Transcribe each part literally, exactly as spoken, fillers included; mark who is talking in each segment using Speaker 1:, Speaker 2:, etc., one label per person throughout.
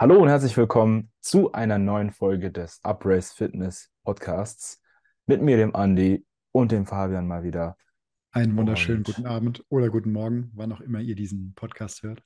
Speaker 1: Hallo und herzlich willkommen zu einer neuen Folge des Uprace Fitness Podcasts mit mir, dem Andi und dem Fabian mal wieder.
Speaker 2: Einen wunderschönen guten
Speaker 1: Und
Speaker 2: Abend oder guten Morgen, wann auch immer ihr diesen Podcast hört.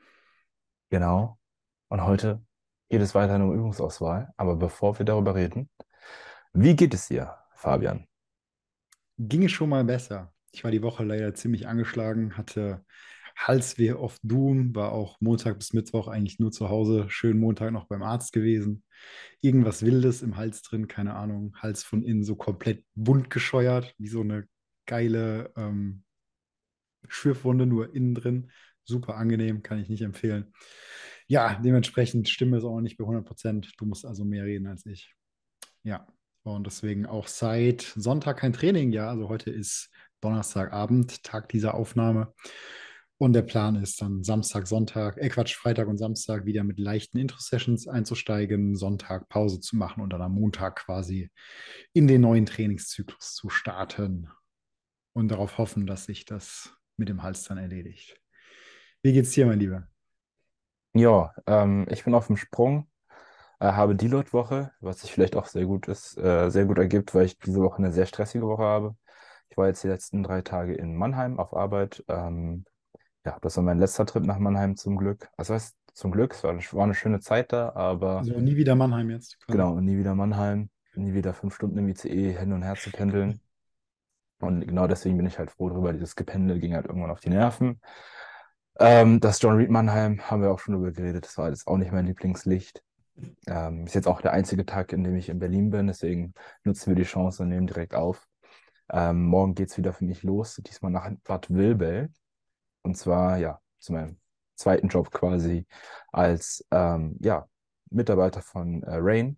Speaker 1: genau, und heute geht es weiter um Übungsauswahl. Aber bevor wir darüber reden, wie geht es dir, Fabian?
Speaker 2: Ging es schon mal besser. Ich war die Woche leider ziemlich angeschlagen, hatte Halsweh of Doom, war auch Montag bis Mittwoch eigentlich nur zu Hause, schön Montag noch beim Arzt gewesen. Irgendwas Wildes im Hals drin, keine Ahnung, Hals von innen so komplett bunt gescheuert, wie so eine geile ähm, Schürfwunde, nur innen drin. Super angenehm, kann ich nicht empfehlen. Ja, dementsprechend Stimme ist auch noch nicht bei hundert Prozent. Du musst also mehr reden als ich. Ja, und deswegen auch seit Sonntag kein Training. Ja, also heute ist Donnerstagabend, Tag dieser Aufnahme. Und der Plan ist dann Samstag, Sonntag, äh Quatsch, Freitag und Samstag wieder mit leichten Intro-Sessions einzusteigen, Sonntag Pause zu machen und dann am Montag quasi in den neuen Trainingszyklus zu starten und darauf hoffen, dass sich das mit dem Hals dann erledigt. Wie geht's dir, mein Lieber?
Speaker 1: Ja, ähm, ich bin auf dem Sprung, äh, habe Deload-Woche, was sich vielleicht auch sehr gut ist, äh, sehr gut ergibt, weil ich diese Woche eine sehr stressige Woche habe. Ich war jetzt die letzten drei Tage in Mannheim auf Arbeit. Ähm, Ja, das war mein letzter Trip nach Mannheim zum Glück. Also heißt zum Glück, es war eine, war eine schöne Zeit da, aber
Speaker 2: Also nie wieder Mannheim jetzt quasi.
Speaker 1: genau, nie wieder Mannheim, nie wieder fünf Stunden im I C E hin und her zu pendeln. Und genau deswegen bin ich halt froh drüber. Dieses Gependel ging halt irgendwann auf die Nerven. Ähm, das John Reed Mannheim haben wir auch schon drüber geredet. Das war jetzt auch nicht mein Lieblingslicht. Ähm, ist jetzt auch der einzige Tag, in dem ich in Berlin bin. Deswegen nutzen wir die Chance und nehmen direkt auf. Ähm, morgen geht es wieder für mich los. Diesmal nach Bad Vilbel. Und zwar, ja, zu meinem zweiten Job quasi als ähm, ja, Mitarbeiter von äh, Rain.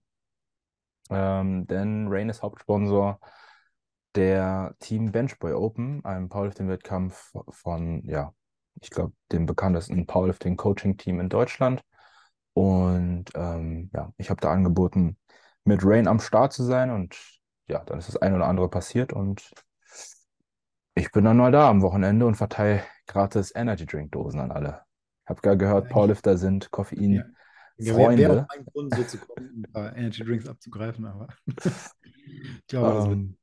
Speaker 1: Ähm, denn Rain ist Hauptsponsor der Team Benchboy Open, einem Powerlifting-Wettkampf von, ja, ich glaube, dem bekanntesten Powerlifting-Coaching-Team in Deutschland. Und ähm, ja, ich habe da angeboten, mit Rain am Start zu sein. Und ja, dann ist das ein oder andere passiert. Und ich bin dann mal da am Wochenende und verteile gratis Energy Drink Dosen an alle. Ich habe gar gehört,
Speaker 2: Eigentlich,
Speaker 1: Powerlifter sind
Speaker 2: ja. Wäre wär auch
Speaker 1: Koffein-Freunde.
Speaker 2: mein Grund, so zu kommen, um ein paar Energy Drinks abzugreifen, aber ich glaube, das wird.
Speaker 1: Ähm,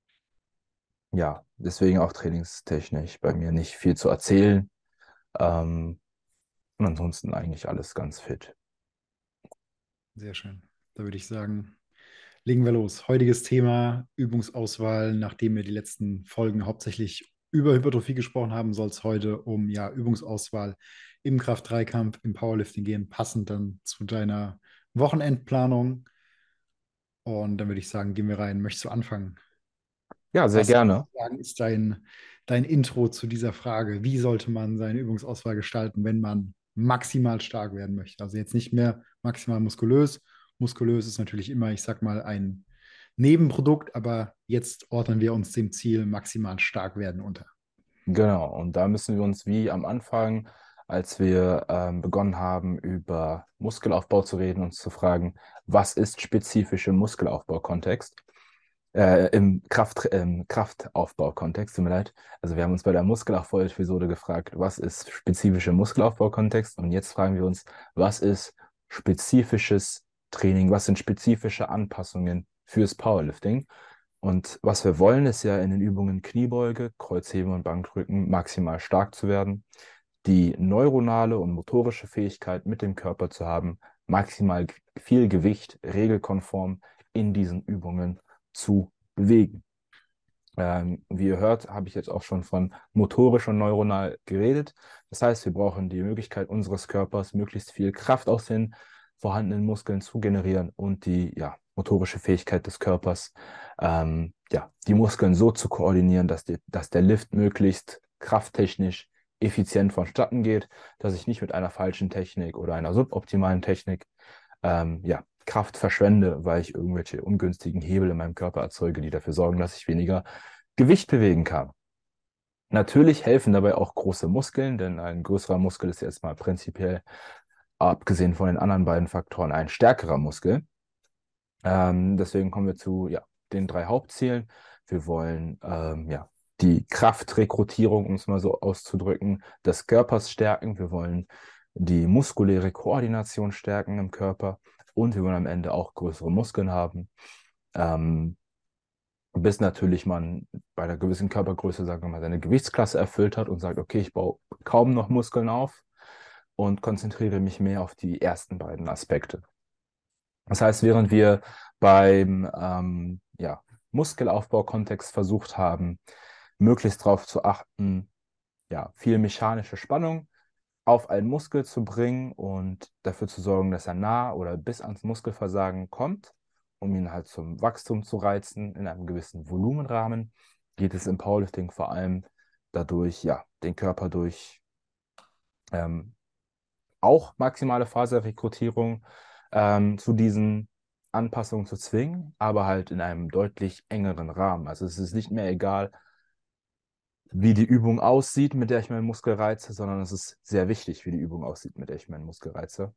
Speaker 1: ja, deswegen auch trainingstechnisch bei mir nicht viel zu erzählen. Ähm, und ansonsten eigentlich alles ganz fit.
Speaker 2: Sehr schön. Da würde ich sagen, legen wir los. Heutiges Thema Übungsauswahl. Nachdem wir die letzten Folgen hauptsächlich über Hypertrophie gesprochen haben, soll es heute um ja, Übungsauswahl im Kraft-Dreikampf, im Powerlifting gehen, passend dann zu deiner Wochenendplanung. Und dann würde ich sagen, gehen wir rein. Möchtest du anfangen?
Speaker 1: Ja, sehr
Speaker 2: Was
Speaker 1: gerne.
Speaker 2: sagen, ist dein, dein Intro zu dieser Frage? Wie sollte man seine Übungsauswahl gestalten, wenn man maximal stark werden möchte? Also jetzt nicht mehr maximal muskulös. Muskulös ist natürlich immer, ich sag mal, ein Nebenprodukt, aber jetzt ordnen wir uns dem Ziel maximal stark werden unter.
Speaker 1: Genau. Und da müssen wir uns wie am Anfang, als wir ähm, begonnen haben, über Muskelaufbau zu reden, uns zu fragen, was ist spezifisch im Muskelaufbau-Kontext? Äh, im Kraft, im Kraftaufbau-Kontext, tut mir leid. Also wir haben uns bei der Muskelaufbau-Episode gefragt, was ist spezifischer Muskelaufbau-Kontext? Und jetzt fragen wir uns, was ist spezifisches Training? Was sind spezifische Anpassungen fürs Powerlifting? Und was wir wollen, ist ja in den Übungen Kniebeuge, Kreuzheben und Bankdrücken maximal stark zu werden, die neuronale und motorische Fähigkeit mit dem Körper zu haben, maximal viel Gewicht regelkonform in diesen Übungen zu bewegen. Ähm, wie ihr hört, habe ich jetzt auch schon von motorisch und neuronal geredet. Das heißt, wir brauchen die Möglichkeit unseres Körpers, möglichst viel Kraft aus den vorhandenen Muskeln zu generieren und die ja, motorische Fähigkeit des Körpers, ähm, ja, die Muskeln so zu koordinieren, dass, die, dass der Lift möglichst krafttechnisch effizient vonstatten geht, dass ich nicht mit einer falschen Technik oder einer suboptimalen Technik ähm, ja, Kraft verschwende, weil ich irgendwelche ungünstigen Hebel in meinem Körper erzeuge, die dafür sorgen, dass ich weniger Gewicht bewegen kann. Natürlich helfen dabei auch große Muskeln, denn ein größerer Muskel ist jetzt mal prinzipiell, abgesehen von den anderen beiden Faktoren, ein stärkerer Muskel. Ähm, deswegen kommen wir zu ja, den drei Hauptzielen. Wir wollen ähm, ja, die Kraftrekrutierung, um es mal so auszudrücken, des Körpers stärken. Wir wollen die muskuläre Koordination stärken im Körper und wir wollen am Ende auch größere Muskeln haben. Ähm, bis natürlich man bei einer gewissen Körpergröße, sagen wir mal, seine Gewichtsklasse erfüllt hat und sagt, okay, ich baue kaum noch Muskeln auf und konzentriere mich mehr auf die ersten beiden Aspekte. Das heißt, während wir beim ähm, ja, Muskelaufbau-Kontext versucht haben, möglichst darauf zu achten, ja, viel mechanische Spannung auf einen Muskel zu bringen und dafür zu sorgen, dass er nah oder bis ans Muskelversagen kommt, um ihn halt zum Wachstum zu reizen in einem gewissen Volumenrahmen, geht es im Powerlifting vor allem dadurch, ja, den Körper durch ähm, auch maximale Faserrekrutierung ähm, zu diesen Anpassungen zu zwingen, aber halt in einem deutlich engeren Rahmen. Also es ist nicht mehr egal, wie die Übung aussieht, mit der ich meinen Muskel reize, sondern es ist sehr wichtig, wie die Übung aussieht, mit der ich meinen Muskel reize.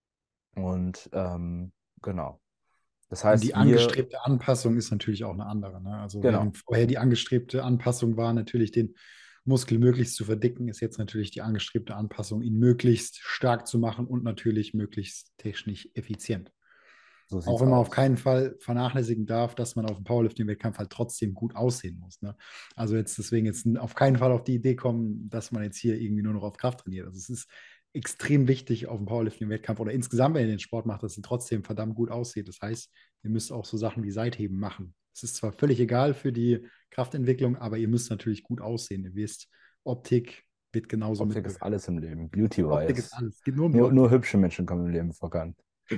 Speaker 1: Und ähm, genau. Das
Speaker 2: Und
Speaker 1: heißt,
Speaker 2: die
Speaker 1: wir,
Speaker 2: angestrebte Anpassung ist natürlich auch eine andere. Ne? Also
Speaker 1: genau,
Speaker 2: während vorher die angestrebte Anpassung war, natürlich den Muskel möglichst zu verdicken, ist jetzt natürlich die angestrebte Anpassung, ihn möglichst stark zu machen und natürlich möglichst technisch effizient.
Speaker 1: so
Speaker 2: Auch
Speaker 1: sieht's
Speaker 2: wenn man auf
Speaker 1: aus.
Speaker 2: keinen Fall vernachlässigen darf, dass man auf dem Powerlifting-Wettkampf halt trotzdem gut aussehen muss. Ne? Also jetzt deswegen jetzt auf keinen Fall auf die Idee kommen, dass man jetzt hier irgendwie nur noch auf Kraft trainiert. Also es ist extrem wichtig auf dem Powerlifting-Wettkampf oder insgesamt, wenn ihr den Sport macht, dass ihr trotzdem verdammt gut aussieht. Das heißt, ihr müsst auch so Sachen wie Seitheben machen. Es ist zwar völlig egal für die Kraftentwicklung, aber ihr müsst natürlich gut aussehen. Ihr wisst, Optik wird genauso
Speaker 1: Optik ist
Speaker 2: mitbewertet.
Speaker 1: alles im Leben,
Speaker 2: Optik ist
Speaker 1: beauty-wise.
Speaker 2: alles. Es geht nur um die
Speaker 1: Nur, nur
Speaker 2: Optik.
Speaker 1: hübsche Menschen kommen im Leben voran.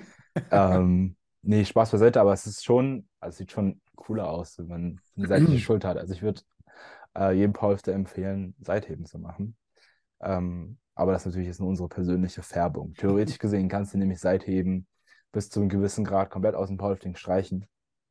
Speaker 1: Ähm, nee, Spaß beiseite, aber es ist schon, also es sieht schon cooler aus, wenn man eine seitliche Schulter hat. Also ich würde äh, jedem Powerlifter empfehlen, Seitheben zu machen. Ähm, aber das natürlich ist nur unsere persönliche Färbung. Theoretisch gesehen kannst du nämlich Seitheben bis zu einem gewissen Grad komplett aus dem Powerlifting streichen.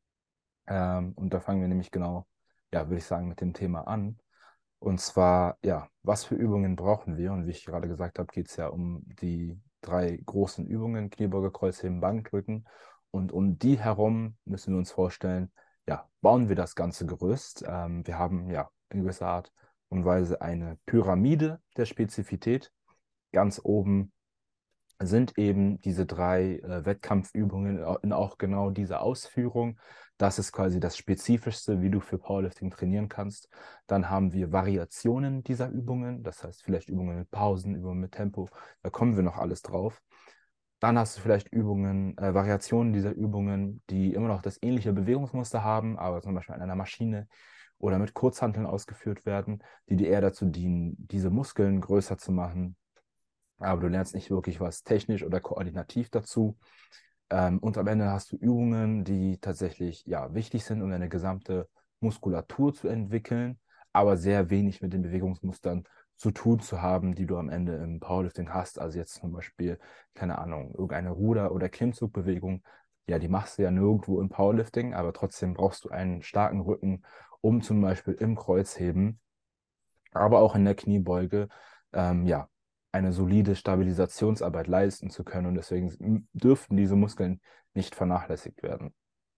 Speaker 1: Ähm, und da fangen wir nämlich genau, ja, würde ich sagen, mit dem Thema an. Und zwar, ja, was für Übungen brauchen wir? Und wie ich gerade gesagt habe, geht es ja um die drei großen Übungen, Kniebeuge, Kreuzheben, Bankdrücken. Und um die herum müssen wir uns vorstellen, ja, bauen wir das ganze Gerüst. Ähm, wir haben ja in gewisser Art und Weise eine Pyramide der Spezifität. Ganz oben sind eben diese drei äh, Wettkampfübungen in auch genau dieser Ausführung. Das ist quasi das Spezifischste, wie du für Powerlifting trainieren kannst. Dann haben wir Variationen dieser Übungen, das heißt vielleicht Übungen mit Pausen, Übungen mit Tempo. Da kommen wir noch alles drauf. Dann hast du vielleicht Übungen, äh, Variationen dieser Übungen, die immer noch das ähnliche Bewegungsmuster haben, aber zum Beispiel an einer Maschine oder mit Kurzhanteln ausgeführt werden, die dir eher dazu dienen, diese Muskeln größer zu machen, aber du lernst nicht wirklich was technisch oder koordinativ dazu. Ähm, und am Ende hast du Übungen, die tatsächlich ja, wichtig sind, um deine gesamte Muskulatur zu entwickeln, aber sehr wenig mit den Bewegungsmustern zu tun zu haben, die du am Ende im Powerlifting hast. Also jetzt zum Beispiel, keine Ahnung, irgendeine Ruder- oder Klimmzugbewegung. Ja, die machst du ja nirgendwo im Powerlifting, aber trotzdem brauchst du einen starken Rücken, um zum Beispiel im Kreuzheben, aber auch in der Kniebeuge, ähm, ja, eine solide Stabilisationsarbeit leisten zu können. Und deswegen dürften diese Muskeln nicht vernachlässigt werden.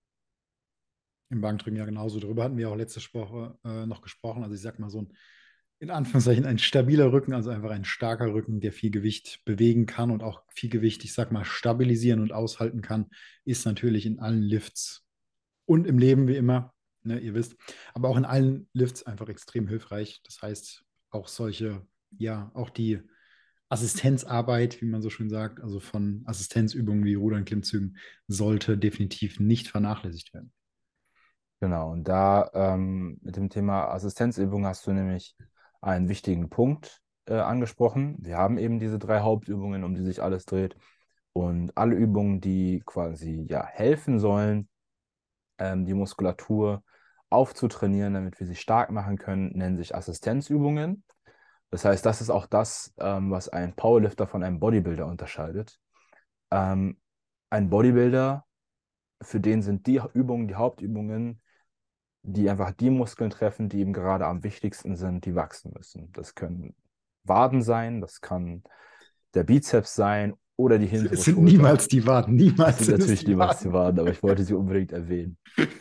Speaker 2: Im Bankdrücken ja genauso. Darüber hatten wir auch letzte Woche äh, noch gesprochen. Also ich sag mal so ein, in Anführungszeichen, ein stabiler Rücken, also einfach ein starker Rücken, der viel Gewicht bewegen kann und auch viel Gewicht, ich sag mal, stabilisieren und aushalten kann, ist natürlich in allen Lifts und im Leben wie immer, ne, ihr wisst, aber auch in allen Lifts einfach extrem hilfreich. Das heißt, auch solche, ja, auch die Assistenzarbeit, wie man so schön sagt, also von Assistenzübungen wie Rudern, Klimmzügen, sollte definitiv nicht vernachlässigt werden.
Speaker 1: Genau, und da ähm, mit dem Thema Assistenzübung hast du nämlich einen wichtigen Punkt äh, angesprochen. Wir haben eben diese drei Hauptübungen, um die sich alles dreht. Und alle Übungen, die quasi ja helfen sollen, ähm, die Muskulatur aufzutrainieren, damit wir sie stark machen können, nennen sich Assistenzübungen. Das heißt, das ist auch das, ähm, was einen Powerlifter von einem Bodybuilder unterscheidet. Ähm, ein Bodybuilder, für den sind die Übungen, die Hauptübungen, die einfach die Muskeln treffen, die ihm gerade am wichtigsten sind, die wachsen müssen. Das können Waden sein, das kann der Bizeps sein Oder die
Speaker 2: Es
Speaker 1: hintere
Speaker 2: sind
Speaker 1: Schulter.
Speaker 2: niemals die Waden,
Speaker 1: Es
Speaker 2: niemals
Speaker 1: sind
Speaker 2: sind es
Speaker 1: natürlich
Speaker 2: die
Speaker 1: niemals die
Speaker 2: Waden.
Speaker 1: Waden, aber ich wollte sie unbedingt erwähnen.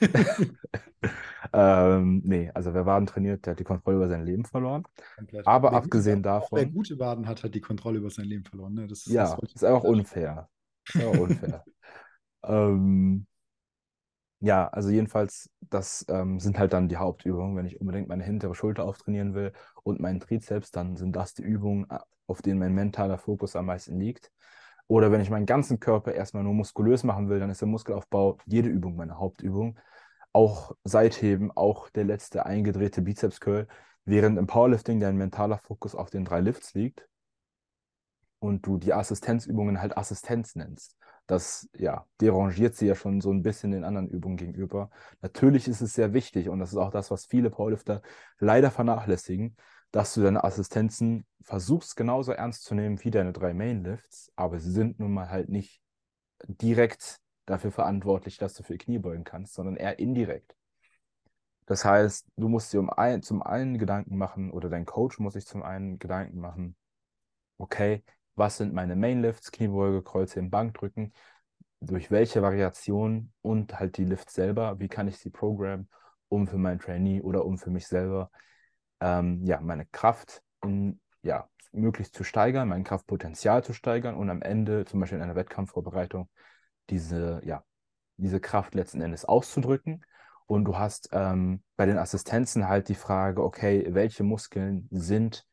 Speaker 1: Ähm, nee, also wer Waden trainiert, der hat die Kontrolle über sein Leben verloren.
Speaker 2: Komplett.
Speaker 1: Aber
Speaker 2: Wer gute
Speaker 1: abgesehen
Speaker 2: Waden, auch wer
Speaker 1: davon,
Speaker 2: gute Waden hat, hat die Kontrolle über sein Leben verloren. Ne? Das, das
Speaker 1: ja,
Speaker 2: wollte ich
Speaker 1: ist einfach
Speaker 2: klarstellen.
Speaker 1: unfair. Ist einfach unfair. Ähm, ja, also jedenfalls, das ähm, sind halt dann die Hauptübungen. Wenn ich unbedingt meine hintere Schulter auftrainieren will und meinen Trizeps, dann sind das die Übungen, äh, auf denen mein mentaler Fokus am meisten liegt. Oder wenn ich meinen ganzen Körper erstmal nur muskulös machen will, dann ist der Muskelaufbau jede Übung meine Hauptübung. Auch Seitheben, auch der letzte eingedrehte Bizeps-Curl, während im Powerlifting dein mentaler Fokus auf den drei Lifts liegt und du die Assistenzübungen halt Assistenz nennst. Das, ja, derangiert sie ja schon so ein bisschen den anderen Übungen gegenüber. Natürlich ist es sehr wichtig und das ist auch das, was viele Powerlifter leider vernachlässigen, dass du deine Assistenzen versuchst genauso ernst zu nehmen wie deine drei Mainlifts, aber sie sind nun mal halt nicht direkt dafür verantwortlich, dass du viel Knie beugen kannst, sondern eher indirekt. Das heißt, du musst dir um ein, zum einen Gedanken machen oder dein Coach muss sich zum einen Gedanken machen, okay, was sind meine Mainlifts, Kniebeuge, Kreuzheben, Bankdrücken, durch welche Variation und halt die Lifts selber, wie kann ich sie programmen, um für mein Trainee oder um für mich selber ähm, ja, meine Kraft in, ja, möglichst zu steigern, mein Kraftpotenzial zu steigern und am Ende, zum Beispiel in einer Wettkampfvorbereitung, diese, ja, diese Kraft letzten Endes auszudrücken. Und du hast ähm, bei den Assistenzen halt die Frage, okay, welche Muskeln sind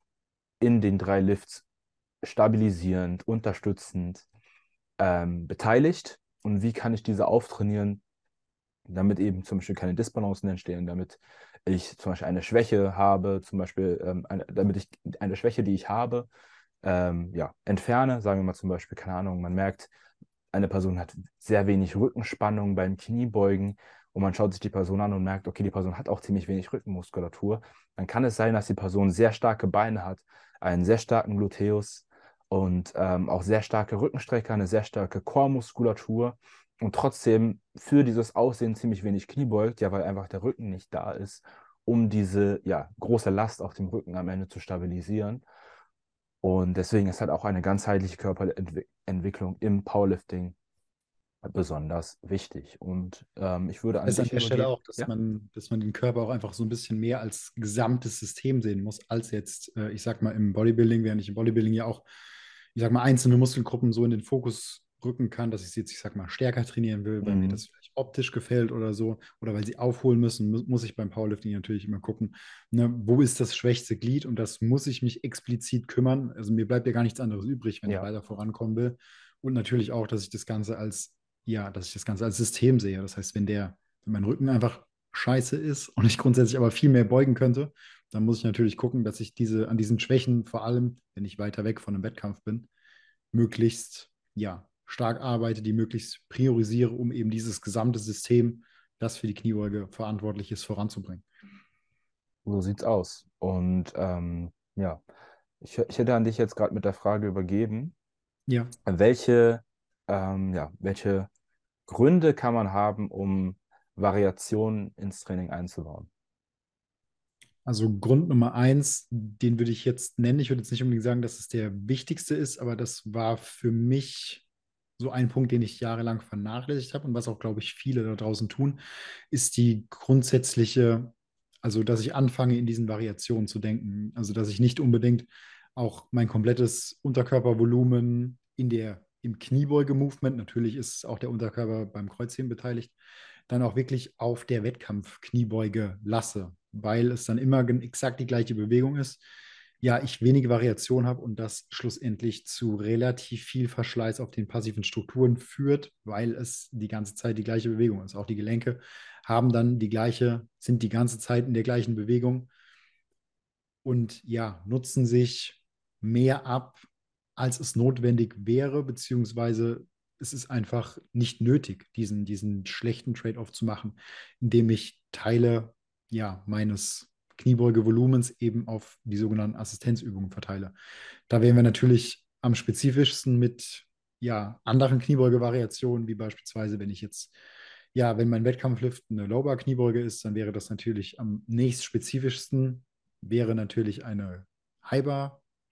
Speaker 1: in den drei Lifts stabilisierend, unterstützend ähm, beteiligt und wie kann ich diese auftrainieren, damit eben zum Beispiel keine Disbalancen entstehen, damit ich zum Beispiel eine Schwäche habe, zum Beispiel, ähm, eine, damit ich eine Schwäche, die ich habe, ähm, ja, entferne. Sagen wir mal zum Beispiel, keine Ahnung, man merkt, eine Person hat sehr wenig Rückenspannung beim Kniebeugen und man schaut sich die Person an und merkt, okay, die Person hat auch ziemlich wenig Rückenmuskulatur, dann kann es sein, dass die Person sehr starke Beine hat, einen sehr starken Gluteus und ähm, auch sehr starke Rückenstrecker, eine sehr starke Core-Muskulatur und trotzdem für dieses Aussehen ziemlich wenig Knie beugt, ja, weil einfach der Rücken nicht da ist, um diese ja, große Last auf dem Rücken am Ende zu stabilisieren. Und deswegen ist halt auch eine ganzheitliche Körperentwicklung im Powerlifting besonders wichtig. Und ähm, ich würde
Speaker 2: Das
Speaker 1: an
Speaker 2: heißt an
Speaker 1: dich
Speaker 2: der Stelle
Speaker 1: übergeben.
Speaker 2: auch, dass
Speaker 1: Ja?
Speaker 2: man, dass man den Körper auch einfach so ein bisschen mehr als gesamtes System sehen muss, als jetzt, äh, ich sag mal, im Bodybuilding, während ich im Bodybuilding ja auch, ich sag mal, einzelne Muskelgruppen so in den Fokus rücken kann, dass ich sie jetzt, ich sag mal, stärker trainieren will, weil mir
Speaker 1: Mhm.
Speaker 2: das vielleicht optisch gefällt oder so, oder weil sie aufholen müssen, mu muss ich beim Powerlifting natürlich immer gucken, ne, wo ist das schwächste Glied und das muss ich mich explizit kümmern. Also mir bleibt ja gar nichts anderes übrig, wenn ich
Speaker 1: Ja,
Speaker 2: weiter vorankommen will. Und natürlich auch, dass ich das Ganze als, ja, dass ich das Ganze als System sehe. Das heißt, wenn der wenn mein Rücken einfach scheiße ist und ich grundsätzlich aber viel mehr beugen könnte, dann muss ich natürlich gucken, dass ich diese an diesen Schwächen, vor allem wenn ich weiter weg von einem Wettkampf bin, möglichst ja, stark arbeite, die möglichst priorisiere, um eben dieses gesamte System, das für die Kniebeuge verantwortlich ist, voranzubringen.
Speaker 1: so sieht's aus. Und ähm, ja, ich, ich hätte an dich jetzt gerade mit der Frage übergeben,
Speaker 2: Ja,
Speaker 1: welche, ähm, ja, welche Gründe kann man haben, um Variationen ins Training einzubauen?
Speaker 2: also Grund Nummer eins, den würde ich jetzt nennen. Ich würde jetzt nicht unbedingt sagen, dass es der wichtigste ist, aber das war für mich so ein Punkt, den ich jahrelang vernachlässigt habe und was auch, glaube ich, viele da draußen tun, ist die grundsätzliche, also dass ich anfange, in diesen Variationen zu denken. Also dass ich nicht unbedingt auch mein komplettes Unterkörpervolumen in der, im Kniebeuge-Movement, natürlich ist auch der Unterkörper beim Kreuzheben beteiligt, dann auch wirklich auf der Wettkampf-Kniebeuge lasse, weil es dann immer exakt die gleiche Bewegung ist. Ja, ich wenige Variation habe und das schlussendlich zu relativ viel Verschleiß auf den passiven Strukturen führt, weil es die ganze Zeit die gleiche Bewegung ist. Auch die Gelenke haben dann die gleiche, sind die ganze Zeit in der gleichen Bewegung und ja, nutzen sich mehr ab, als es notwendig wäre, beziehungsweise es ist einfach nicht nötig, diesen, diesen schlechten Trade-off zu machen, indem ich Teile ja, meines Kniebeugevolumens eben auf die sogenannten Assistenzübungen verteile. Da wären wir natürlich am spezifischsten mit ja, anderen Kniebeugevariationen, wie beispielsweise, wenn ich jetzt, ja, wenn mein Wettkampflift eine Low-Bar-Kniebeuge ist, dann wäre das natürlich am nächstspezifischsten, wäre natürlich eine High-Bar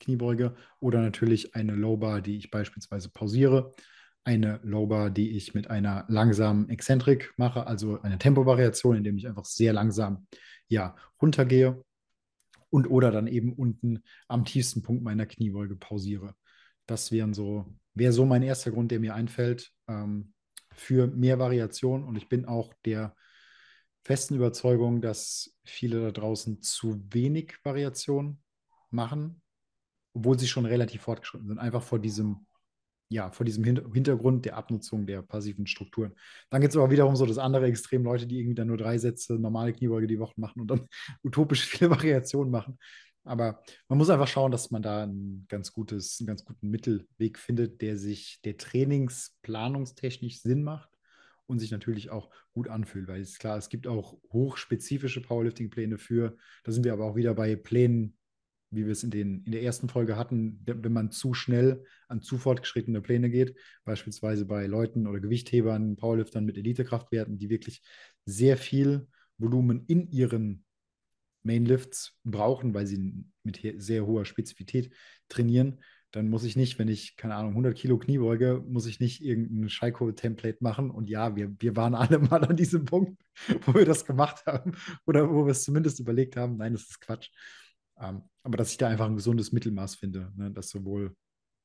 Speaker 2: Kniebeuge oder natürlich eine Low Bar, die ich beispielsweise pausiere, eine Low Bar, die ich mit einer langsamen Exzentrik mache, also eine Tempovariation, indem ich einfach sehr langsam ja, runtergehe und oder dann eben unten am tiefsten Punkt meiner Kniebeuge pausiere. Das wären so, wäre so mein erster Grund, der mir einfällt, ähm, für mehr Variation. Und ich bin auch der festen Überzeugung, dass viele da draußen zu wenig Variation machen, obwohl sie schon relativ fortgeschritten sind, einfach vor diesem ja, vor diesem Hin Hintergrund der Abnutzung der passiven Strukturen. Dann gibt es aber wiederum so das andere Extrem, Leute, die irgendwie dann nur drei Sätze normale Kniebeuge die Woche machen und dann utopisch viele Variationen machen. Aber man muss einfach schauen, dass man da ein ganz gutes, einen ganz guten Mittelweg findet, der sich, der trainingsplanungstechnisch Sinn macht und sich natürlich auch gut anfühlt. Weil es ist klar, es gibt auch hochspezifische Powerlifting-Pläne für, da sind wir aber auch wieder bei Plänen, wie wir es in, den, in der ersten Folge hatten, wenn man zu schnell an zu fortgeschrittene Pläne geht, beispielsweise bei Leuten oder Gewichthebern, Powerliftern mit Elitekraftwerten, die wirklich sehr viel Volumen in ihren Mainlifts brauchen, weil sie mit sehr hoher Spezifität trainieren, dann muss ich nicht, wenn ich, keine Ahnung, hundert Kilo Kniebeuge, muss ich nicht irgendein Scheiko-Template machen. Und ja, wir, wir waren alle mal an diesem Punkt, wo wir das gemacht haben oder wo wir es zumindest überlegt haben. Nein, das ist Quatsch. Ähm, aber dass ich da einfach ein gesundes Mittelmaß finde, ne, das sowohl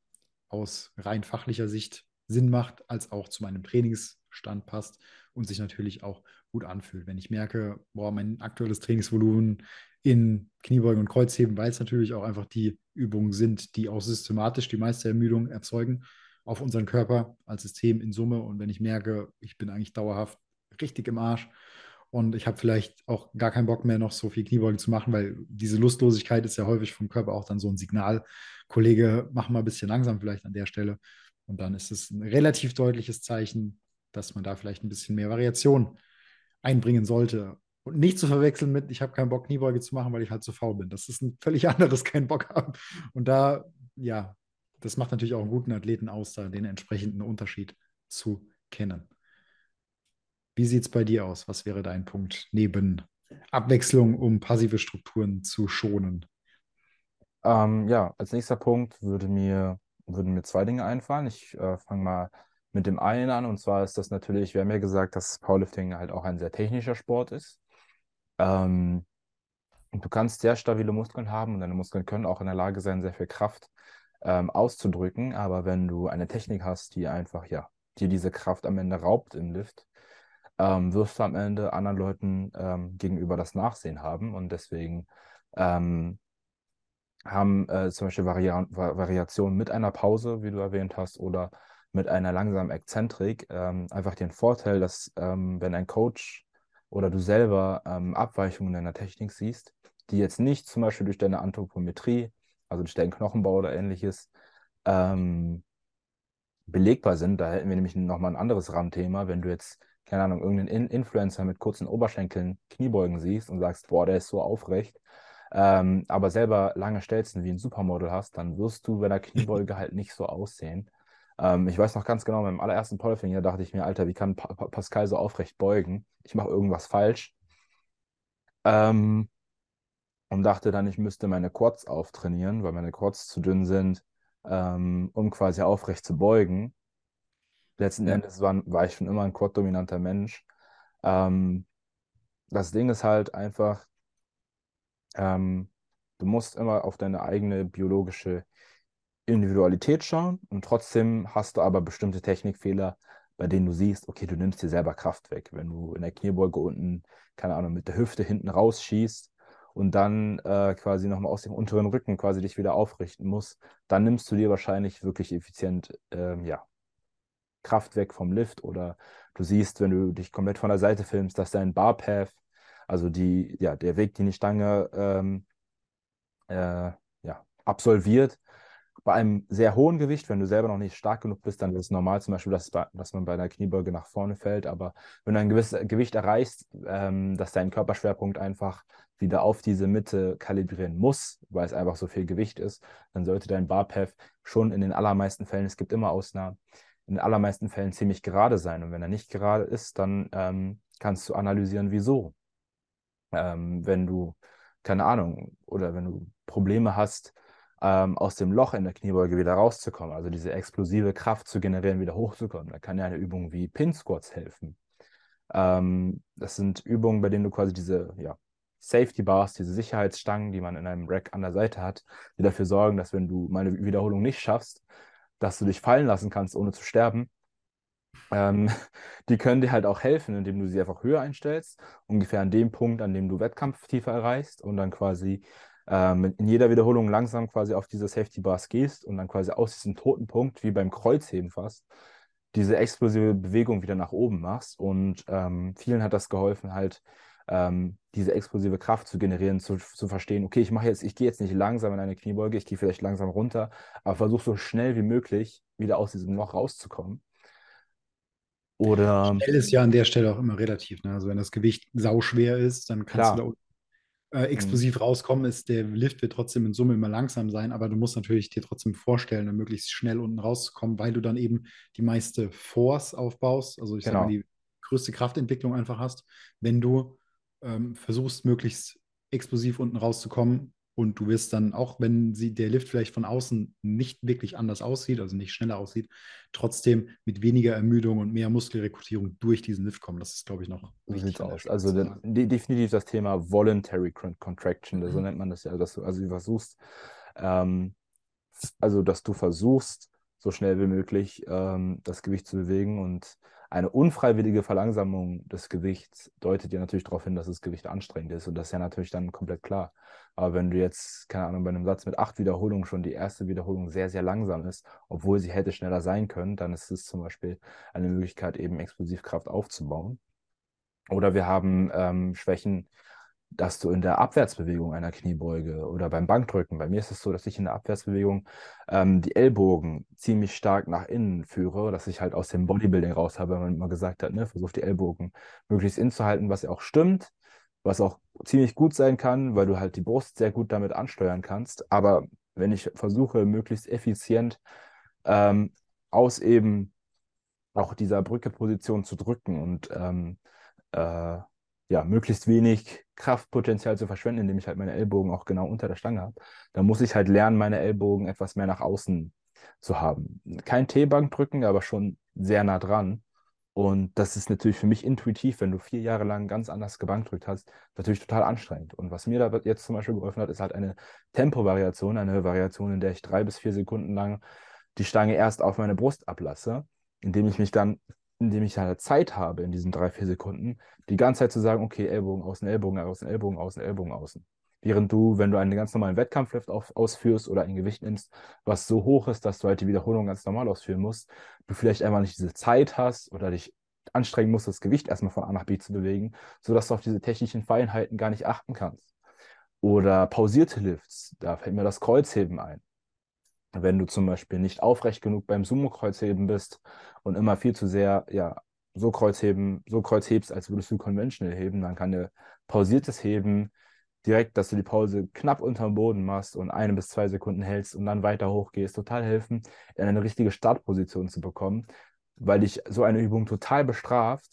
Speaker 2: aus rein fachlicher Sicht Sinn macht, als auch zu meinem Trainingsstand passt und sich natürlich auch gut anfühlt. Wenn ich merke, boah, mein aktuelles Trainingsvolumen in Kniebeugen und Kreuzheben, weil es natürlich auch einfach die Übungen sind, die auch systematisch die meiste Ermüdung erzeugen auf unseren Körper als System in Summe. Und wenn ich merke, ich bin eigentlich dauerhaft richtig im Arsch, und ich habe vielleicht auch gar keinen Bock mehr, noch so viel Kniebeugen zu machen, weil diese Lustlosigkeit ist ja häufig vom Körper auch dann so ein Signal. Kollege, mach mal ein bisschen langsam vielleicht an der Stelle. Und dann ist es ein relativ deutliches Zeichen, dass man da vielleicht ein bisschen mehr Variation einbringen sollte. Und nicht zu verwechseln mit, ich habe keinen Bock, Kniebeuge zu machen, weil ich halt zu faul bin. Das ist ein völlig anderes, keinen Bock haben. Und da, ja, das macht natürlich auch einen guten Athleten aus, da den entsprechenden Unterschied zu kennen. Wie sieht es bei dir aus? Was wäre dein Punkt neben Abwechslung, um passive Strukturen zu schonen?
Speaker 1: Ähm, ja, als nächster Punkt würde mir, würden mir zwei Dinge einfallen. Ich äh, fange mal mit dem einen an, und zwar ist das natürlich, wir haben ja gesagt, dass Powerlifting halt auch ein sehr technischer Sport ist. Ähm, und du kannst sehr stabile Muskeln haben und deine Muskeln können auch in der Lage sein, sehr viel Kraft ähm, auszudrücken. Aber wenn du eine Technik hast, die einfach, ja, dir diese Kraft am Ende raubt im Lift, ähm, wirst du am Ende anderen Leuten ähm, gegenüber das Nachsehen haben. Und deswegen ähm, haben äh, zum Beispiel Varia Va- Variationen mit einer Pause, wie du erwähnt hast, oder mit einer langsamen Exzentrik ähm, einfach den Vorteil, dass ähm, wenn ein Coach oder du selber ähm, Abweichungen in deiner Technik siehst, die jetzt nicht zum Beispiel durch deine Anthropometrie, also durch deinen Knochenbau oder ähnliches, ähm, belegbar sind. Da hätten wir nämlich nochmal ein anderes Randthema, wenn du jetzt, keine Ahnung, irgendeinen In Influencer mit kurzen Oberschenkeln Kniebeugen siehst und sagst, boah, der ist so aufrecht, ähm, aber selber lange Stelzen wie ein Supermodel hast, dann wirst du bei der Kniebeuge halt nicht so aussehen. Ähm, ich weiß noch ganz genau, beim allerersten Powerlifting, da dachte ich mir, Alter, wie kann pa Pa- Pascal so aufrecht beugen? Ich mache irgendwas falsch. Ähm, und dachte dann, ich müsste meine Quads auftrainieren, weil meine Quads zu dünn sind, ähm, um quasi aufrecht zu beugen. Letzten
Speaker 2: Ja,
Speaker 1: Endes war, war ich schon immer ein quad-dominanter Mensch. Ähm, das Ding ist halt einfach, ähm, du musst immer auf deine eigene biologische Individualität schauen, und trotzdem hast du aber bestimmte Technikfehler, bei denen du siehst, okay, du nimmst dir selber Kraft weg. Wenn du in der Kniebeuge unten, keine Ahnung, mit der Hüfte hinten rausschießt und dann äh, quasi nochmal aus dem unteren Rücken quasi dich wieder aufrichten musst, dann nimmst du dir wahrscheinlich wirklich effizient, ähm, ja, Kraft weg vom Lift, oder du siehst, wenn du dich komplett von der Seite filmst, dass dein Barpath, also die, ja, der Weg, den die Stange ähm, äh, ja, absolviert, bei einem sehr hohen Gewicht, wenn du selber noch nicht stark genug bist, dann ist es normal zum Beispiel, dass, bei- dass man bei einer Kniebeuge nach vorne fällt. Aber wenn du ein gewisses Gewicht erreichst, ähm, dass dein Körperschwerpunkt einfach wieder auf diese Mitte kalibrieren muss, weil es einfach so viel Gewicht ist, dann sollte dein Barpath schon in den allermeisten Fällen, es gibt immer Ausnahmen, in den allermeisten Fällen ziemlich gerade sein. Und wenn er nicht gerade ist, dann ähm, kannst du analysieren, wieso. Ähm, wenn du, keine Ahnung, oder wenn du Probleme hast, ähm, aus dem Loch in der Kniebeuge wieder rauszukommen, also diese explosive Kraft zu generieren, wieder hochzukommen. Da kann ja eine Übung wie Pin Squats helfen. Ähm, das sind Übungen, bei denen du quasi diese, ja, Safety Bars, diese Sicherheitsstangen, die man in einem Rack an der Seite hat, die dafür sorgen, dass wenn du mal eine Wiederholung nicht schaffst, dass du dich fallen lassen kannst, ohne zu sterben. Ähm, die können dir halt auch helfen, indem du sie einfach höher einstellst, ungefähr an dem Punkt, an dem du Wettkampftiefe erreichst und dann quasi ähm, in jeder Wiederholung langsam quasi auf diese Safety Bars gehst und dann quasi aus diesem toten Punkt, wie beim Kreuzheben fast, diese explosive Bewegung wieder nach oben machst. Und ähm, vielen hat das geholfen, halt ähm, diese explosive Kraft zu generieren, zu, zu verstehen, okay, ich mache jetzt, ich gehe jetzt nicht langsam in eine Kniebeuge, ich gehe vielleicht langsam runter, aber versuche so schnell wie möglich wieder aus diesem Loch rauszukommen. Oder
Speaker 2: Schnell ist ja an der Stelle auch immer relativ. Ne? Also wenn das Gewicht sauschwer ist, dann kannst du
Speaker 1: klar,
Speaker 2: da äh,
Speaker 1: mhm,
Speaker 2: explosiv rauskommen. Ist, der Lift wird trotzdem in Summe immer langsam sein, aber du musst natürlich dir trotzdem vorstellen, dann möglichst schnell unten rauszukommen, weil du dann eben die meiste Force aufbaust. Also ich sag mal,
Speaker 1: genau.
Speaker 2: die größte Kraftentwicklung einfach hast, wenn du ähm, versuchst, möglichst explosiv unten rauszukommen. Und du wirst dann, auch wenn sie, der Lift vielleicht von außen nicht wirklich anders aussieht, also nicht schneller aussieht, trotzdem mit weniger Ermüdung und mehr Muskelrekrutierung durch diesen Lift kommen. Das ist, glaube ich, noch
Speaker 1: So sieht's
Speaker 2: wichtig an der
Speaker 1: aus.
Speaker 2: Stelle
Speaker 1: Also
Speaker 2: zu
Speaker 1: de
Speaker 2: sagen.
Speaker 1: de- definitiv das Thema Voluntary Con- Contraction, so
Speaker 2: Mhm.
Speaker 1: nennt man das ja, dass du also versuchst, ähm, also dass du versuchst, so schnell wie möglich ähm, das Gewicht zu bewegen und eine unfreiwillige Verlangsamung des Gewichts deutet ja natürlich darauf hin, dass das Gewicht anstrengend ist und das ist ja natürlich dann komplett klar. Aber wenn du jetzt, keine Ahnung, bei einem Satz mit acht Wiederholungen schon die erste Wiederholung sehr, sehr langsam ist, obwohl sie hätte schneller sein können, dann ist es zum Beispiel eine Möglichkeit, eben Explosivkraft aufzubauen. Oder wir haben ähm, Schwächen, dass du in der Abwärtsbewegung einer Kniebeuge oder beim Bankdrücken, bei mir ist es so, dass ich in der Abwärtsbewegung ähm, die Ellbogen ziemlich stark nach innen führe, dass ich halt aus dem Bodybuilding raus habe, wenn man immer gesagt hat, ne, versuch die Ellbogen möglichst innen zu halten, was ja auch stimmt, was auch ziemlich gut sein kann, weil du halt die Brust sehr gut damit ansteuern kannst. Aber wenn ich versuche, möglichst effizient ähm, aus eben auch dieser Brückeposition zu drücken und ähm, äh, ja, möglichst wenig Kraftpotenzial zu verschwenden, indem ich halt meine Ellbogen auch genau unter der Stange habe. Da muss ich halt lernen, meine Ellbogen etwas mehr nach außen zu haben. Kein T-Bank drücken, aber schon sehr nah dran. Und das ist natürlich für mich intuitiv, wenn du vier Jahre lang ganz anders gebankdrückt hast, natürlich total anstrengend. Und was mir da jetzt zum Beispiel geholfen hat, ist halt eine Tempovariation, eine Variation, in der ich drei bis vier Sekunden lang die Stange erst auf meine Brust ablasse, indem ich mich dann, indem ich halt Zeit habe in diesen drei, vier Sekunden, die ganze Zeit zu sagen, okay, Ellbogen außen, Ellbogen außen, Ellbogen außen, Ellbogen außen. Während du, wenn du einen ganz normalen Wettkampflift auf, ausführst oder ein Gewicht nimmst, was so hoch ist, dass du halt die Wiederholung ganz normal ausführen musst, du vielleicht einfach nicht diese Zeit hast oder dich anstrengen musst, das Gewicht erstmal von A nach B zu bewegen, sodass du auf diese technischen Feinheiten gar nicht achten kannst. Oder pausierte Lifts, da fällt mir das Kreuzheben ein. Wenn du zum Beispiel nicht aufrecht genug beim Sumo-Kreuzheben bist und immer viel zu sehr, ja, so Kreuzheben, so Kreuz hebst, als würdest du conventional heben, dann kann dir pausiertes Heben direkt, dass du die Pause knapp unterm Boden machst und eine bis zwei Sekunden hältst und dann weiter hochgehst, total helfen, in eine richtige Startposition zu bekommen, weil dich so eine Übung total bestraft,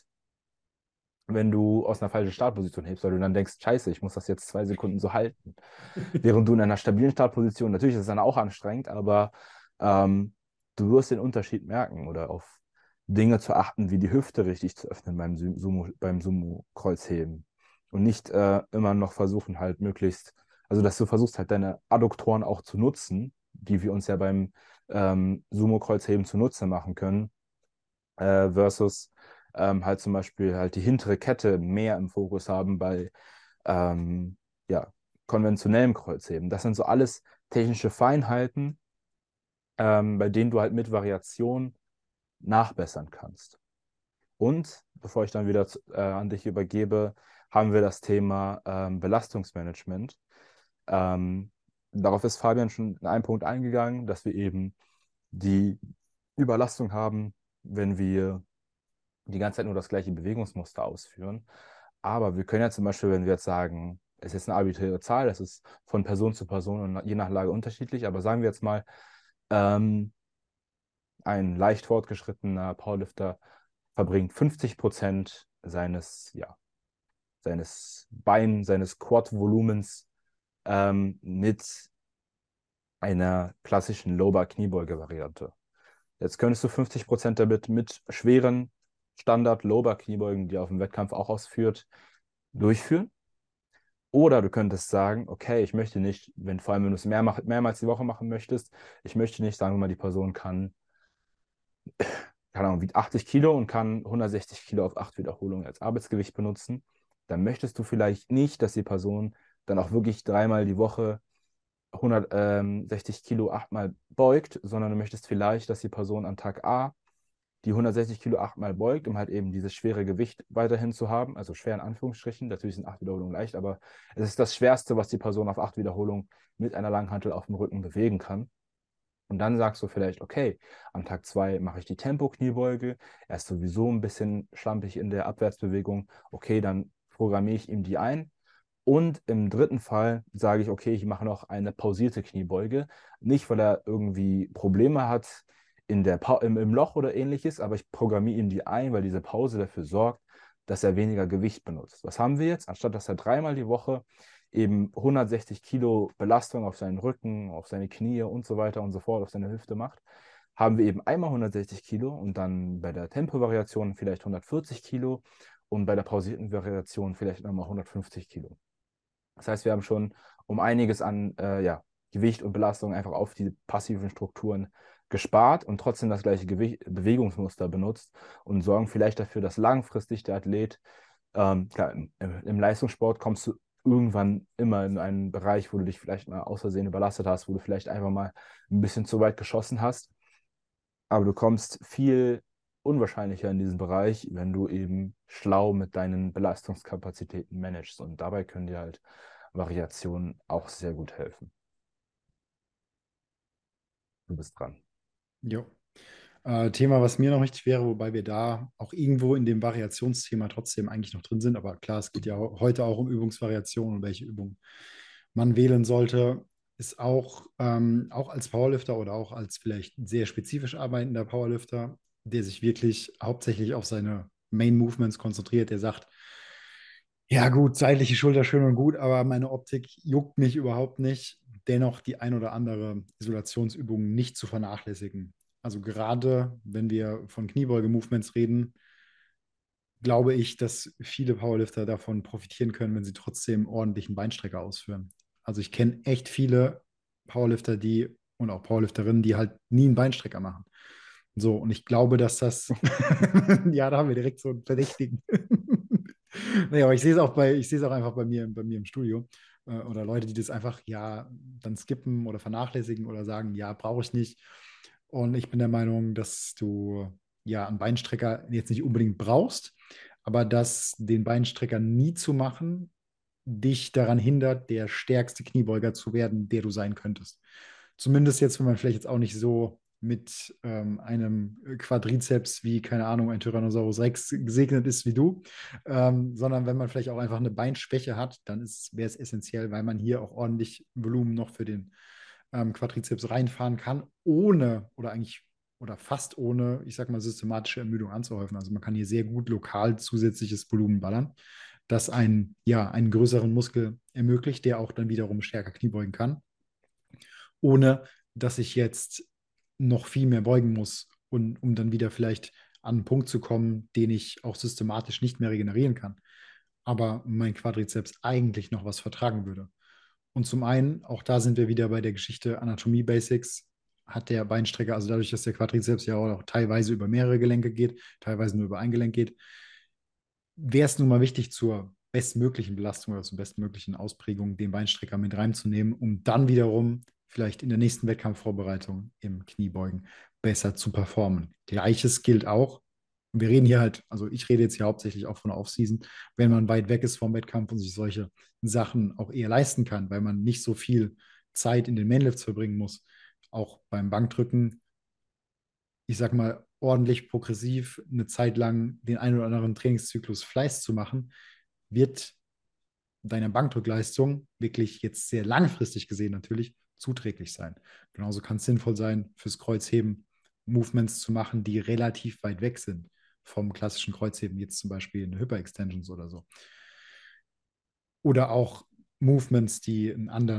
Speaker 1: wenn du aus einer falschen Startposition hebst, weil du dann denkst, scheiße, ich muss das jetzt zwei Sekunden so halten. Während du in einer stabilen Startposition, natürlich ist es dann auch anstrengend, aber ähm, du wirst den Unterschied merken oder auf Dinge zu achten, wie die Hüfte richtig zu öffnen beim Sumo, beim Sumo-Kreuzheben. Und nicht äh, immer noch versuchen, halt möglichst, also dass du versuchst halt deine Adduktoren auch zu nutzen, die wir uns ja beim ähm, Sumo-Kreuzheben zunutze machen können, äh, versus ähm, halt zum Beispiel halt die hintere Kette mehr im Fokus haben bei ähm, ja, konventionellem Kreuzheben. Das sind so alles technische Feinheiten, ähm, bei denen du halt mit Variation nachbessern kannst. Und bevor ich dann wieder zu, äh, an dich übergebe, haben wir das Thema ähm, Belastungsmanagement. Ähm, Darauf ist Fabian schon in einem Punkt eingegangen, dass wir eben die Überlastung haben, wenn wir die ganze Zeit nur das gleiche Bewegungsmuster ausführen. Aber wir können ja zum Beispiel, wenn wir jetzt sagen, es ist eine arbiträre Zahl, das ist von Person zu Person und je nach Lage unterschiedlich, aber sagen wir jetzt mal, ähm, ein leicht fortgeschrittener Powerlifter verbringt fünfzig Prozent seines, ja, seines Bein, seines Quad-Volumens ähm, mit einer klassischen Low-Bar-Kniebeuge-Variante. Jetzt könntest du fünfzig Prozent damit mit schweren Standard-Low-Bar-Kniebeugen, die auf dem Wettkampf auch ausführt, durchführen. Oder du könntest sagen, okay, ich möchte nicht, wenn vor allem wenn du es mehr, mehrmals die Woche machen möchtest, ich möchte nicht, sagen wir mal, die Person kann, keine Ahnung, wiegt achtzig Kilo und kann hundertsechzig Kilo auf acht Wiederholungen als Arbeitsgewicht benutzen. Dann möchtest du vielleicht nicht, dass die Person dann auch wirklich dreimal die Woche hundertsechzig Kilo achtmal beugt, sondern du möchtest vielleicht, dass die Person an Tag A die hundertsechzig Kilo achtmal beugt, um halt eben dieses schwere Gewicht weiterhin zu haben. Also schwer in Anführungsstrichen. Natürlich sind acht Wiederholungen leicht, aber es ist das Schwerste, was die Person auf acht Wiederholungen mit einer Langhantel auf dem Rücken bewegen kann. Und dann sagst du vielleicht, okay, am Tag zwei mache ich die Tempo-Kniebeuge. Er ist sowieso ein bisschen schlampig in der Abwärtsbewegung. Okay, dann programmiere ich ihm die ein. Und im dritten Fall sage ich, okay, ich mache noch eine pausierte Kniebeuge. Nicht, weil er irgendwie Probleme hat in der pa im, im Loch oder ähnliches, aber ich programmiere ihm die ein, weil diese Pause dafür sorgt, dass er weniger Gewicht benutzt. Was haben wir jetzt? Anstatt dass er dreimal die Woche eben hundertsechzig Kilo Belastung auf seinen Rücken, auf seine Knie und so weiter und so fort, auf seine Hüfte macht, haben wir eben einmal hundertsechzig Kilo und dann bei der Tempovariation vielleicht hundertvierzig Kilo und bei der pausierten Variation vielleicht nochmal hundertfünfzig Kilo. Das heißt, wir haben schon um einiges an äh, ja, Gewicht und Belastung einfach auf die passiven Strukturen gespart und trotzdem das gleiche Gewicht, Bewegungsmuster benutzt und sorgen vielleicht dafür, dass langfristig der Athlet, ähm, klar, im, im Leistungssport kommst du irgendwann immer in einen Bereich, wo du dich vielleicht mal aus Versehen überlastet hast, wo du vielleicht einfach mal ein bisschen zu weit geschossen hast. Aber du kommst viel unwahrscheinlicher in diesen Bereich, wenn du eben schlau mit deinen Belastungskapazitäten managst. Und dabei können dir halt Variationen auch sehr gut helfen. Du bist dran.
Speaker 2: Jo. Äh, Thema, was mir noch wichtig wäre, wobei wir da auch irgendwo in dem Variationsthema trotzdem eigentlich noch drin sind. Aber klar, es geht ja heute auch um Übungsvariationen und welche Übung man wählen sollte, ist auch, ähm, auch als Powerlifter oder auch als vielleicht sehr spezifisch arbeitender Powerlifter, der sich wirklich hauptsächlich auf seine Main Movements konzentriert, der sagt, ja gut, seitliche Schulter schön und gut, aber meine Optik juckt mich überhaupt nicht. Dennoch die ein oder andere Isolationsübung nicht zu vernachlässigen. Also gerade wenn wir von Kniebeuge-Movements reden, glaube ich, dass viele Powerlifter davon profitieren können, wenn sie trotzdem ordentlichen Beinstrecker ausführen. Also ich kenne echt viele Powerlifter, die und auch Powerlifterinnen, die halt nie einen Beinstrecker machen. So, und ich glaube, dass das, ja, da haben wir direkt so einen Verdächtigen. Naja, aber ich sehe es auch bei, ich sehe es auch einfach bei mir, bei mir im Studio. Äh, oder Leute, die das einfach, ja, dann skippen oder vernachlässigen oder sagen, ja, brauche ich nicht. Und ich bin der Meinung, dass du ja einen Beinstrecker jetzt nicht unbedingt brauchst, aber dass den Beinstrecker nie zu machen, dich daran hindert, der stärkste Kniebeuger zu werden, der du sein könntest. Zumindest jetzt, wenn man vielleicht jetzt auch nicht so mit ähm, einem Quadrizeps wie, keine Ahnung, ein Tyrannosaurus Rex gesegnet ist wie du, ähm, sondern wenn man vielleicht auch einfach eine Beinschwäche hat, dann wäre es essentiell, weil man hier auch ordentlich Volumen noch für den ähm, Quadrizeps reinfahren kann, ohne oder eigentlich oder fast ohne, ich sag mal, systematische Ermüdung anzuhäufen. Also man kann hier sehr gut lokal zusätzliches Volumen ballern, das einen, ja, einen größeren Muskel ermöglicht, der auch dann wiederum stärker Kniebeugen kann, ohne dass ich jetzt noch viel mehr beugen muss, und, um dann wieder vielleicht an einen Punkt zu kommen, den ich auch systematisch nicht mehr regenerieren kann. Aber mein Quadrizeps eigentlich noch was vertragen würde. Und zum einen, auch da sind wir wieder bei der Geschichte Anatomie Basics, hat der Beinstrecker, also dadurch, dass der Quadrizeps ja auch teilweise über mehrere Gelenke geht, teilweise nur über ein Gelenk geht, wäre es nun mal wichtig, zur bestmöglichen Belastung oder zur bestmöglichen Ausprägung den Beinstrecker mit reinzunehmen, um dann wiederum vielleicht in der nächsten Wettkampfvorbereitung im Kniebeugen besser zu performen. Gleiches gilt auch, und wir reden hier halt, also ich rede jetzt hier hauptsächlich auch von der Offseason, wenn man weit weg ist vom Wettkampf und sich solche Sachen auch eher leisten kann, weil man nicht so viel Zeit in den Mainlifts verbringen muss, auch beim Bankdrücken, ich sag mal, ordentlich progressiv eine Zeit lang den einen oder anderen Trainingszyklus Fleiß zu machen, wird deiner Bankdrückleistung wirklich jetzt sehr langfristig gesehen natürlich zuträglich sein. Genauso kann es sinnvoll sein, fürs Kreuzheben Movements zu machen, die relativ weit weg sind vom klassischen Kreuzheben, jetzt zum Beispiel eine Hyper-Extensions oder so. Oder auch Movements, die einen anderen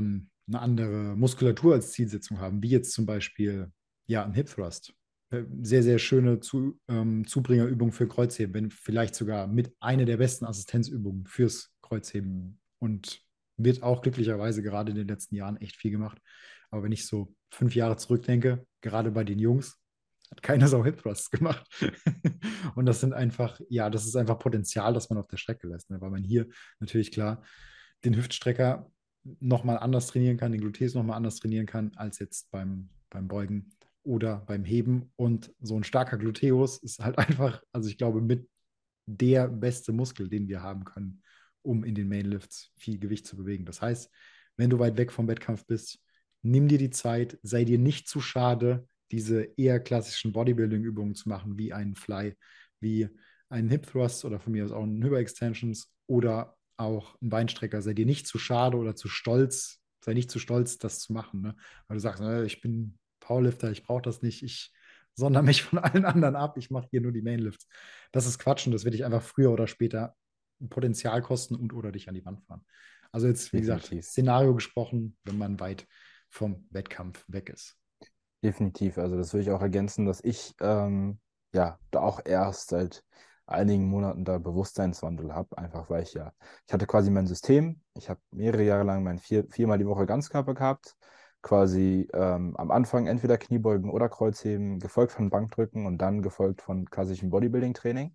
Speaker 2: eine andere Muskulatur als Zielsetzung haben, wie jetzt zum Beispiel ja, ein Hip Thrust. Äh, Sehr, sehr schöne Zu, ähm, Zubringerübung für Kreuzheben, wenn vielleicht sogar mit einer der besten Assistenzübungen fürs Kreuzheben und wird auch glücklicherweise gerade in den letzten Jahren echt viel gemacht. Aber wenn ich so fünf Jahre zurückdenke, gerade bei den Jungs, hat keiner so Hip Thrusts gemacht. Und das sind einfach, ja, das ist einfach Potenzial, das man auf der Strecke lässt, ne? Weil man hier natürlich klar den Hüftstrecker nochmal anders trainieren kann, den Gluteus nochmal anders trainieren kann, als jetzt beim, beim Beugen oder beim Heben. Und so ein starker Gluteus ist halt einfach, also ich glaube, mit der beste Muskel, den wir haben können, um in den Mainlifts viel Gewicht zu bewegen. Das heißt, wenn du weit weg vom Wettkampf bist, nimm dir die Zeit, sei dir nicht zu schade, diese eher klassischen Bodybuilding-Übungen zu machen, wie einen Fly, wie einen Hip Thrust oder von mir aus auch einen Hyper-Extensions oder auch einen Beinstrecker. Sei dir nicht zu schade oder zu stolz, sei nicht zu stolz, das zu machen. Ne? Weil du sagst, äh, ich bin Powerlifter, ich brauche das nicht, ich sondere mich von allen anderen ab, ich mache hier nur die Mainlifts. Das ist Quatsch und das wird dich einfach früher oder später Potenzial kosten und oder dich an die Wand fahren. Also jetzt, wie gesagt,
Speaker 1: Definitiv.
Speaker 2: Szenario gesprochen, wenn man weit vom Wettkampf weg ist.
Speaker 1: Definitiv. Also das würde ich auch ergänzen, dass ich ähm, ja da auch erst seit einigen Monaten da Bewusstseinswandel habe, einfach weil ich ja, ich hatte quasi mein System, ich habe mehrere Jahre lang mein vier, viermal die Woche Ganzkörper gehabt, quasi ähm, am Anfang entweder Kniebeugen oder Kreuzheben, gefolgt von Bankdrücken und dann gefolgt von klassischem Bodybuilding-Training.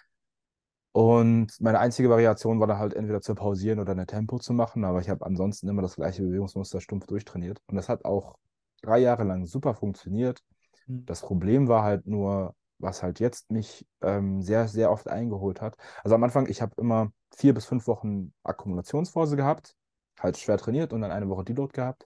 Speaker 1: Und meine einzige Variation war dann halt entweder zu pausieren oder eine Tempo zu machen, aber ich habe ansonsten immer das gleiche Bewegungsmuster stumpf durchtrainiert. Und das hat auch drei Jahre lang super funktioniert.
Speaker 2: Mhm.
Speaker 1: Das Problem war halt nur, was halt jetzt mich ähm, sehr, sehr oft eingeholt hat. Also am Anfang, ich habe immer vier bis fünf Wochen Akkumulationsphase gehabt, halt schwer trainiert und dann eine Woche Deload gehabt.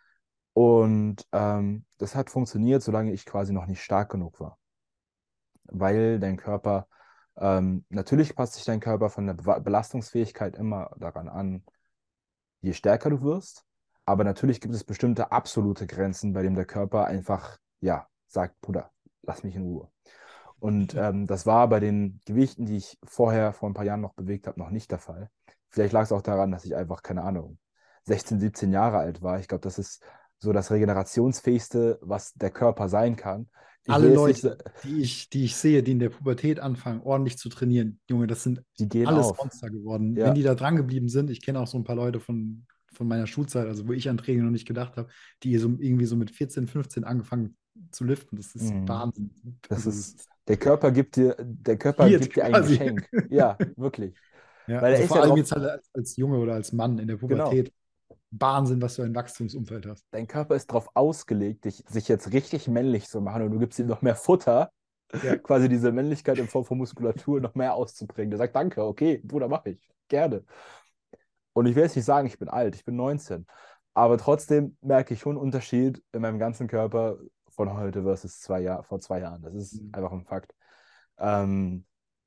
Speaker 1: Und ähm, das hat funktioniert, solange ich quasi noch nicht stark genug war, weil dein Körper, ähm, natürlich passt sich dein Körper von der Be Belastungsfähigkeit immer daran an, je stärker du wirst. Aber natürlich gibt es bestimmte absolute Grenzen, bei denen der Körper einfach, ja, sagt, Bruder, lass mich in Ruhe. Und ähm, das war bei den Gewichten, die ich vorher vor ein paar Jahren noch bewegt habe, noch nicht der Fall. Vielleicht lag es auch daran, dass ich einfach, keine Ahnung, sechzehn, siebzehn Jahre alt war. Ich glaube, das ist so das regenerationsfähigste, was der Körper sein kann. Ich
Speaker 2: Alle
Speaker 1: will jetzt nicht,
Speaker 2: Leute, die ich, die ich sehe, die in der Pubertät anfangen, ordentlich zu trainieren, Junge, das sind
Speaker 1: die gehen
Speaker 2: alles
Speaker 1: auf.
Speaker 2: Monster geworden. Wenn
Speaker 1: Ja.
Speaker 2: die da dran geblieben sind, ich kenne auch so ein paar Leute von, von meiner Schulzeit, also wo ich an Training noch nicht gedacht habe, die so irgendwie so mit vierzehn, fünfzehn angefangen zu liften. Das ist
Speaker 1: Mhm.
Speaker 2: Wahnsinn.
Speaker 1: Das
Speaker 2: Also das
Speaker 1: ist,
Speaker 2: ist
Speaker 1: der Körper gibt dir, der Körper
Speaker 2: viert
Speaker 1: gibt dir ein
Speaker 2: quasi.
Speaker 1: Geschenk. Ja, wirklich.
Speaker 2: Ja,
Speaker 1: Weil er
Speaker 2: also
Speaker 1: ist
Speaker 2: vor
Speaker 1: ja
Speaker 2: allem
Speaker 1: drauf,
Speaker 2: jetzt halt als, als Junge oder als Mann in der
Speaker 1: genau.
Speaker 2: Pubertät. Wahnsinn, was du ein Wachstumsumfeld hast.
Speaker 1: Dein Körper ist darauf ausgelegt, dich, sich jetzt richtig männlich zu machen und du gibst ihm noch mehr Futter,
Speaker 2: Ja.
Speaker 1: quasi diese Männlichkeit in Form von Muskulatur noch mehr auszubringen. Der sagt, danke, okay, Bruder, mach ich. Gerne. Und ich will jetzt nicht sagen, ich bin alt, ich bin neunzehn. Aber trotzdem merke ich schon einen Unterschied in meinem ganzen Körper von heute versus zwei Jahr, vor zwei Jahren. Das ist
Speaker 2: Mhm.
Speaker 1: einfach ein Fakt. Ähm,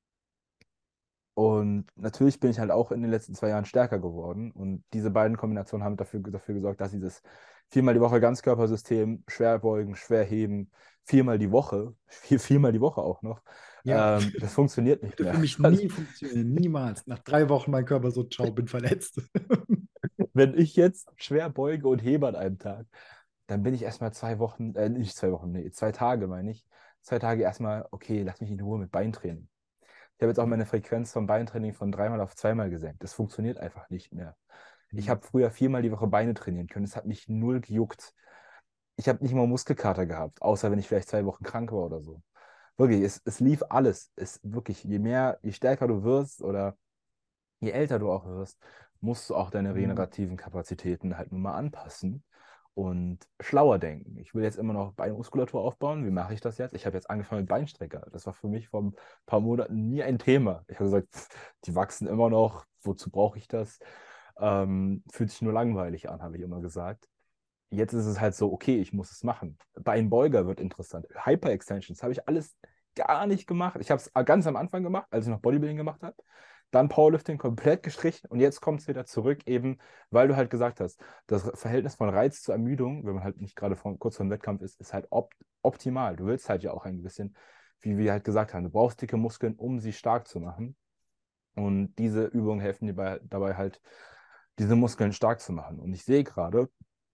Speaker 1: Und natürlich bin ich halt auch in den letzten zwei Jahren stärker geworden. Und diese beiden Kombinationen haben dafür, dafür gesorgt, dass dieses viermal die Woche Ganzkörpersystem, Schwerbeugen, Schwerheben, viermal die Woche, vier, viermal die Woche auch noch,
Speaker 2: Ja,
Speaker 1: ähm, das funktioniert nicht
Speaker 2: würde für
Speaker 1: mehr.
Speaker 2: mich
Speaker 1: Also,
Speaker 2: nie funktionieren, niemals. Nach drei Wochen mein Körper so, ciao, bin verletzt.
Speaker 1: wenn ich jetzt schwer beuge und hebe an einem Tag, dann bin ich erstmal zwei Wochen, äh, nicht zwei Wochen, nee, zwei Tage meine ich, zwei Tage erstmal, okay, lass mich in Ruhe mit Beintraining. Ich habe jetzt auch
Speaker 2: Ja.
Speaker 1: meine Frequenz vom Beintraining von dreimal auf zweimal gesenkt. Das funktioniert einfach nicht mehr. Ich
Speaker 2: Mhm.
Speaker 1: habe früher viermal die Woche Beine trainieren können. Es hat mich null gejuckt. Ich habe nicht mal Muskelkater gehabt, außer wenn ich vielleicht zwei Wochen krank war oder so. Wirklich, es, es lief alles. Es wirklich, je mehr, je stärker du wirst oder je älter du auch wirst, musst du auch deine
Speaker 2: Mhm.
Speaker 1: regenerativen Kapazitäten halt nun mal anpassen und schlauer denken. Ich will jetzt immer noch Beinmuskulatur aufbauen. Wie mache ich das jetzt? Ich habe jetzt angefangen mit Beinstrecker. Das war für mich vor ein paar Monaten nie ein Thema. Ich habe gesagt, pff, die wachsen immer noch. Wozu brauche ich das? Ähm, fühlt sich nur langweilig an, habe ich immer gesagt. Jetzt ist es halt so, okay, ich muss es machen. Beinbeuger wird interessant. Hyper-Extensions habe ich alles gar nicht gemacht. Ich habe es ganz am Anfang gemacht, als ich noch Bodybuilding gemacht habe. Dann Powerlifting komplett gestrichen und jetzt kommt es wieder zurück, eben weil du halt gesagt hast, das Verhältnis von Reiz zur Ermüdung, wenn man halt nicht gerade vor, kurz vor dem Wettkampf ist, ist halt op optimal. Du willst halt ja auch ein bisschen, wie wir halt gesagt haben, du brauchst dicke Muskeln, um sie stark zu machen. Und diese Übungen helfen dir bei, dabei halt, diese Muskeln stark zu machen. Und ich sehe gerade,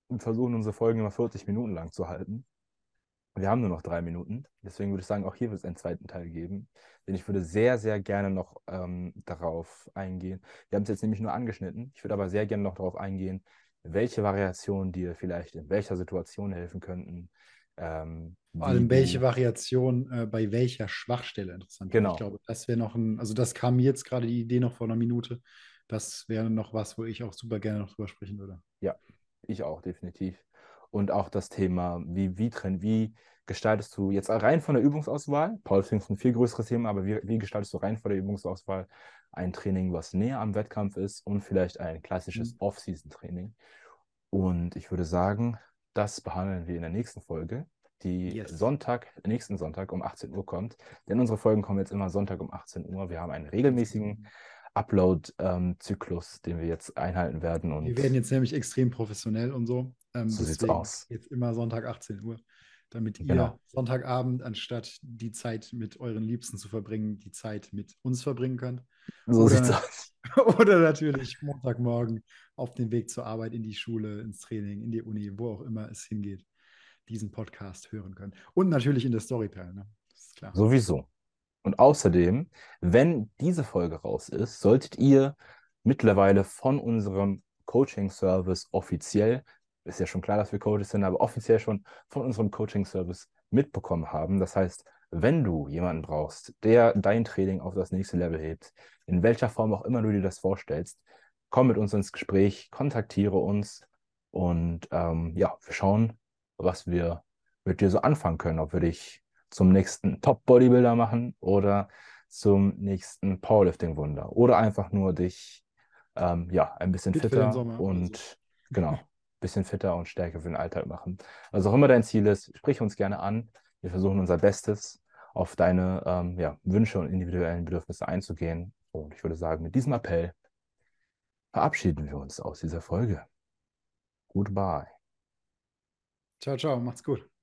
Speaker 1: versuchen, unsere Folgen immer vierzig Minuten lang zu halten. Wir haben nur noch drei Minuten. Deswegen würde ich sagen, auch hier wird es einen zweiten Teil geben. Denn ich würde sehr, sehr gerne noch ähm, darauf eingehen. Wir haben es jetzt nämlich nur angeschnitten. Ich würde aber sehr gerne noch darauf eingehen, welche Variationen dir vielleicht in welcher Situation helfen könnten. Ähm,
Speaker 2: Vor
Speaker 1: wie
Speaker 2: allem, welche
Speaker 1: du,
Speaker 2: Variation äh, bei welcher Schwachstelle interessant wäre. Ich
Speaker 1: genau,
Speaker 2: glaube, das wäre noch ein, also das kam mir jetzt gerade die Idee noch vor einer Minute. Das wäre noch was, wo ich auch super gerne noch drüber sprechen würde.
Speaker 1: ja, ich auch, definitiv. Und auch das Thema, wie, wie, trenn, wie gestaltest du jetzt rein von der Übungsauswahl, Powerlifting ist ein viel größeres Thema, aber wie, wie gestaltest du rein von der Übungsauswahl ein Training, was näher am Wettkampf ist und vielleicht ein klassisches
Speaker 2: Mhm.
Speaker 1: Off-Season-Training? Und ich würde sagen, das behandeln wir in der nächsten Folge, die
Speaker 2: Yes.
Speaker 1: Sonntag, nächsten Sonntag um achtzehn Uhr kommt. Denn unsere Folgen kommen jetzt immer Sonntag um achtzehn Uhr. Wir haben einen
Speaker 2: Ganz genau.
Speaker 1: regelmäßigen Upload-Zyklus, den wir jetzt einhalten werden.
Speaker 2: Wir werden
Speaker 1: Und
Speaker 2: jetzt nämlich extrem professionell und so. Ähm,
Speaker 1: so sieht's
Speaker 2: deswegen
Speaker 1: aus.
Speaker 2: jetzt immer Sonntag achtzehn Uhr, damit ihr
Speaker 1: Genau.
Speaker 2: Sonntagabend, anstatt die Zeit mit euren Liebsten zu verbringen, die Zeit mit uns verbringen könnt.
Speaker 1: So
Speaker 2: Oder
Speaker 1: sieht's
Speaker 2: natürlich,
Speaker 1: aus.
Speaker 2: oder natürlich Montagmorgen auf dem Weg zur Arbeit, in die Schule, ins Training, in die Uni, wo auch immer es hingeht, diesen Podcast hören können. Und natürlich in der Storytime, ne? Das ist klar.
Speaker 1: Sowieso. Und außerdem, wenn diese Folge raus ist, solltet ihr mittlerweile von unserem Coaching-Service offiziell, ist ja schon klar, dass wir Coaches sind, aber offiziell schon von unserem Coaching-Service mitbekommen haben. Das heißt, wenn du jemanden brauchst, der dein Training auf das nächste Level hebt, in welcher Form auch immer du dir das vorstellst, komm mit uns ins Gespräch, kontaktiere uns und ähm, ja, wir schauen, was wir mit dir so anfangen können, ob wir dich zum nächsten Top-Bodybuilder machen oder zum nächsten Powerlifting-Wunder oder einfach nur dich ähm, ja, ein bisschen
Speaker 2: Fit für den
Speaker 1: fitter
Speaker 2: Sommer oder so.
Speaker 1: und genau, ein bisschen fitter und stärker für den Alltag machen. Also auch immer dein Ziel ist, sprich uns gerne an. Wir versuchen unser Bestes, auf deine ähm, ja, Wünsche und individuellen Bedürfnisse einzugehen. Und ich würde sagen, mit diesem Appell verabschieden wir uns aus dieser Folge. Goodbye.
Speaker 2: Ciao, ciao, macht's gut.